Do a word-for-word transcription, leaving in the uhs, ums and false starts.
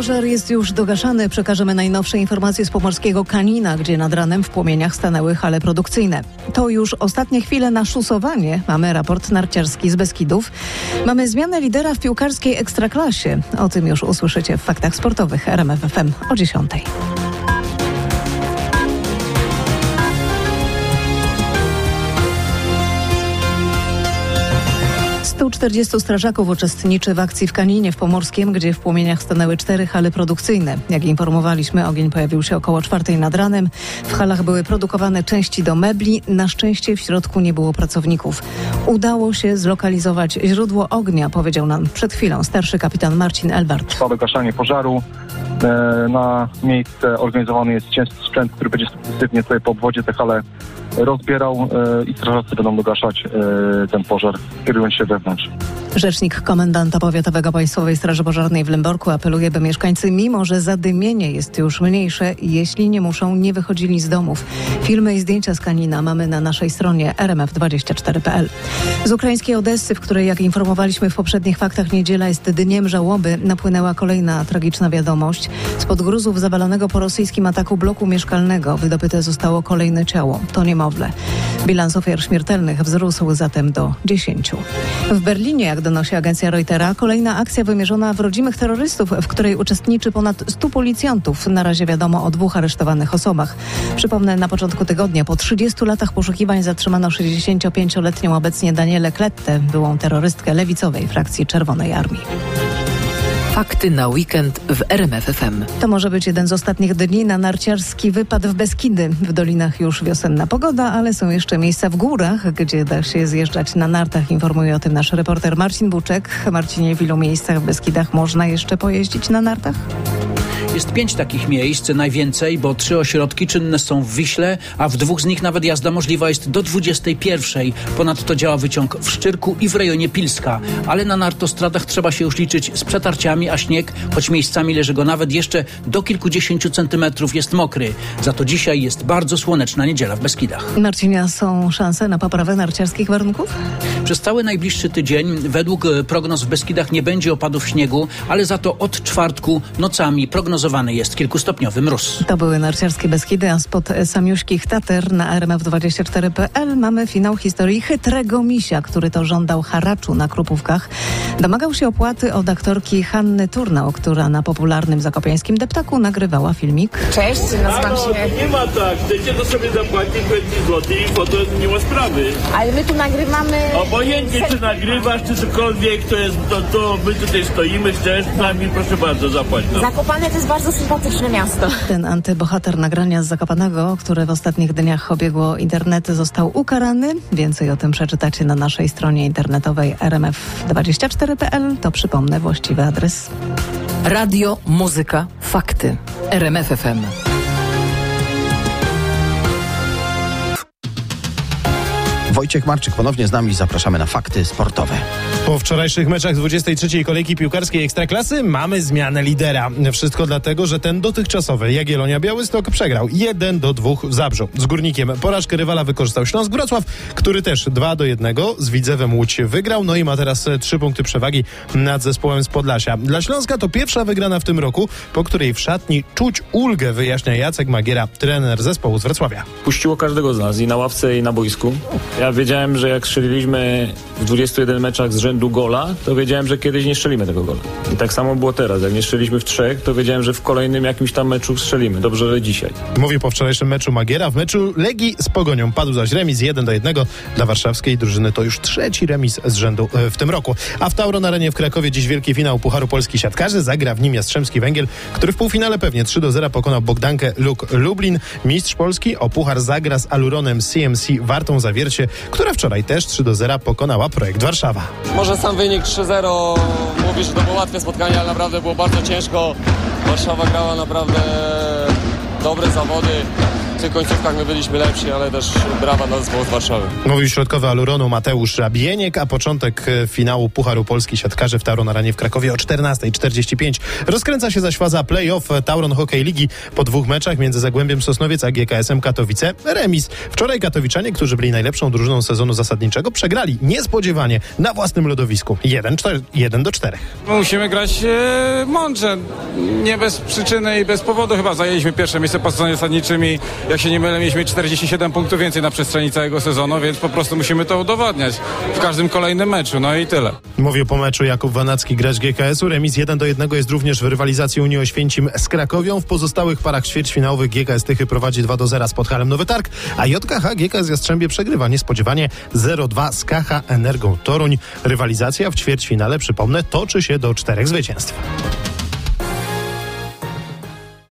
Pożar jest już dogaszany. Przekażemy najnowsze informacje z pomorskiego Kanina, gdzie nad ranem w płomieniach stanęły hale produkcyjne. To już ostatnie chwile na szusowanie. Mamy raport narciarski z Beskidów. Mamy zmianę lidera w piłkarskiej ekstraklasie. O tym już usłyszycie w Faktach Sportowych R M F F M o dziesiątej. stu czterdziestu strażaków uczestniczy w akcji w Kaninie w Pomorskiem, gdzie w płomieniach stanęły cztery hale produkcyjne. Jak informowaliśmy, ogień pojawił się około czwartej nad ranem. W halach były produkowane części do mebli. Na szczęście w środku nie było pracowników. Udało się zlokalizować źródło ognia, powiedział nam przed chwilą starszy kapitan Marcin Elwart. Trwa wygaszanie pożaru. Na miejsce organizowany jest ciężki sprzęt, który będzie sukcesywnie tutaj po obwodzie te hale rozbierał i strażacy będą dogaszać ten pożar, kierując się wewnątrz. Rzecznik komendanta powiatowego Państwowej Straży Pożarnej w Lęborku apeluje, by mieszkańcy, mimo że zadymienie jest już mniejsze, jeśli nie muszą, nie wychodzili z domów. Filmy i zdjęcia z Kanina mamy na naszej stronie r m f dwadzieścia cztery kropka p l. Z ukraińskiej Odessy, w której, jak informowaliśmy w poprzednich faktach, niedziela jest dniem żałoby, napłynęła kolejna tragiczna wiadomość. Spod gruzów zawalonego po rosyjskim ataku bloku mieszkalnego wydobyte zostało kolejne ciało. To niemowlę. Bilans ofiar śmiertelnych wzrósł zatem do dziesięciu. W Berlinie, jak donosi agencja Reutera, kolejna akcja wymierzona w rodzimych terrorystów, w której uczestniczy ponad stu policjantów. Na razie wiadomo o dwóch aresztowanych osobach. Przypomnę, na początku tygodnia po trzydziestu latach poszukiwań zatrzymano sześćdziesięciopięcioletnią obecnie Danielę Klettę, byłą terrorystkę lewicowej frakcji Czerwonej Armii. Fakty na weekend w R M F F M. To może być jeden z ostatnich dni na narciarski wypad w Beskidy. W dolinach już wiosenna pogoda, ale są jeszcze miejsca w górach, gdzie da się zjeżdżać na nartach. Informuje o tym nasz reporter Marcin Buczek. Marcinie, w ilu miejscach w Beskidach można jeszcze pojeździć na nartach? Jest pięć takich miejsc, najwięcej, bo trzy ośrodki czynne są w Wiśle, a w dwóch z nich nawet jazda możliwa jest do dwudziestej pierwszej. Ponadto działa wyciąg w Szczyrku i w rejonie Pilska. Ale na nartostradach trzeba się już liczyć z przetarciami, a śnieg, choć miejscami leży go nawet jeszcze do kilkudziesięciu centymetrów, jest mokry. Za to dzisiaj jest bardzo słoneczna niedziela w Beskidach. Marcinia, są szanse na poprawę narciarskich warunków? Przez cały najbliższy tydzień według prognoz w Beskidach nie będzie opadów śniegu, ale za to od czwartku nocami prognozowany jest kilkustopniowy mróz. To były narciarskie Beskidy, a spod samiuśkich Tater na r m f dwadzieścia cztery kropka p l mamy finał historii chytrego misia, który to żądał haraczu na Krupówkach. Domagał się opłaty od aktorki Hanny Turnał, która na popularnym zakopiańskim deptaku nagrywała filmik. Cześć, nazywam się... Nie ma tak, chcecie to sobie zapłacić dwadzieścia złotych i po to nie ma sprawy. Ale my tu nagrywamy... Obojętnie czy nagrywasz, czy cokolwiek, to jest, to, to my tutaj stoimy, chcesz z nami, proszę bardzo, zapłać nam. Zakopane to jest bardzo sympatyczne miasto. Ten antybohater nagrania z Zakopanego, które w ostatnich dniach obiegło internety, został ukarany. Więcej o tym przeczytacie na naszej stronie internetowej r m f dwadzieścia cztery kropka p l. To przypomnę właściwy adres. Radio, muzyka, fakty. R M F F M. Wojciech Marczyk ponownie z nami. Zapraszamy na fakty sportowe. Po wczorajszych meczach dwudziestej trzeciej kolejki piłkarskiej Ekstraklasy mamy zmianę lidera. Wszystko dlatego, że ten dotychczasowy Jagiellonia Białystok przegrał jeden do dwóch w Zabrzu. Z Górnikiem porażkę rywala wykorzystał Śląsk Wrocław, który też dwa do jednego z Widzewem Łódź wygrał, no i ma teraz trzy punkty przewagi nad zespołem z Podlasia. Dla Śląska to pierwsza wygrana w tym roku, po której w szatni czuć ulgę, wyjaśnia Jacek Magiera, trener zespołu z Wrocławia. Puściło każdego z nas, i na ławce, i na boisku. Ja wiedziałem, że jak strzeliliśmy w dwudziestu jeden meczach z rzędu gola, to wiedziałem, że kiedyś nie strzelimy tego gola. I tak samo było teraz. Jak nie strzeliliśmy w trzech, to wiedziałem, że w kolejnym jakimś tam meczu strzelimy. Dobrze, że dzisiaj. Mówi po wczorajszym meczu Magiera. W meczu Legii z Pogonią padł zaś remis jeden do jednego. Dla warszawskiej drużyny to już trzeci remis z rzędu e, w tym roku. A w Tauron Arenie w Krakowie dziś wielki finał Pucharu Polski Siatkarzy. Zagra w nim Jastrzębski Węgiel, który w półfinale pewnie trzy do zera pokonał Bogdankę Luk Lublin. Mistrz Polski o puchar zagra z Aluronem C M C Wartą Zawiercie, która wczoraj też trzy do zera pokonała Projekt Warszawa. Może sam wynik trzy zero mówi, że to było łatwe spotkanie, ale naprawdę było bardzo ciężko. Warszawa grała naprawdę dobre zawody. tych końcówkach my byliśmy lepsi, ale też brawa dla zespołu z Warszawy. Mówił środkowy Aluronu Mateusz Bieniek, a początek finału Pucharu Polski siatkarzy w Tauron Arenie w Krakowie o czternasta czterdzieści pięć. Rozkręca się zaś faza play-off Tauron Hokej Ligi. Po dwóch meczach między Zagłębiem Sosnowiec a G K S-em Katowice remis. Wczoraj katowiczanie, którzy byli najlepszą drużyną sezonu zasadniczego, przegrali niespodziewanie na własnym lodowisku. jeden do czterech. Musimy grać e, mądrze. Nie bez przyczyny i bez powodu chyba zajęliśmy pierwsze miejsce po sezonie zasadniczym i jak się nie mylę, mieliśmy czterdzieści siedem punktów więcej na przestrzeni całego sezonu, więc po prostu musimy to udowadniać w każdym kolejnym meczu. No i tyle. Mówił po meczu Jakub Wanacki, gracz G K S-u. Remis jeden do jednego jest również w rywalizacji Unii Oświęcim z Krakowią. W pozostałych parach ćwierćfinałowych G K S Tychy prowadzi dwa do zera z Podhalem Nowy Targ, a J K H G K S Jastrzębie przegrywa niespodziewanie zero dwa z K H Energą Toruń. Rywalizacja w ćwierćfinale, przypomnę, toczy się do czterech zwycięstw.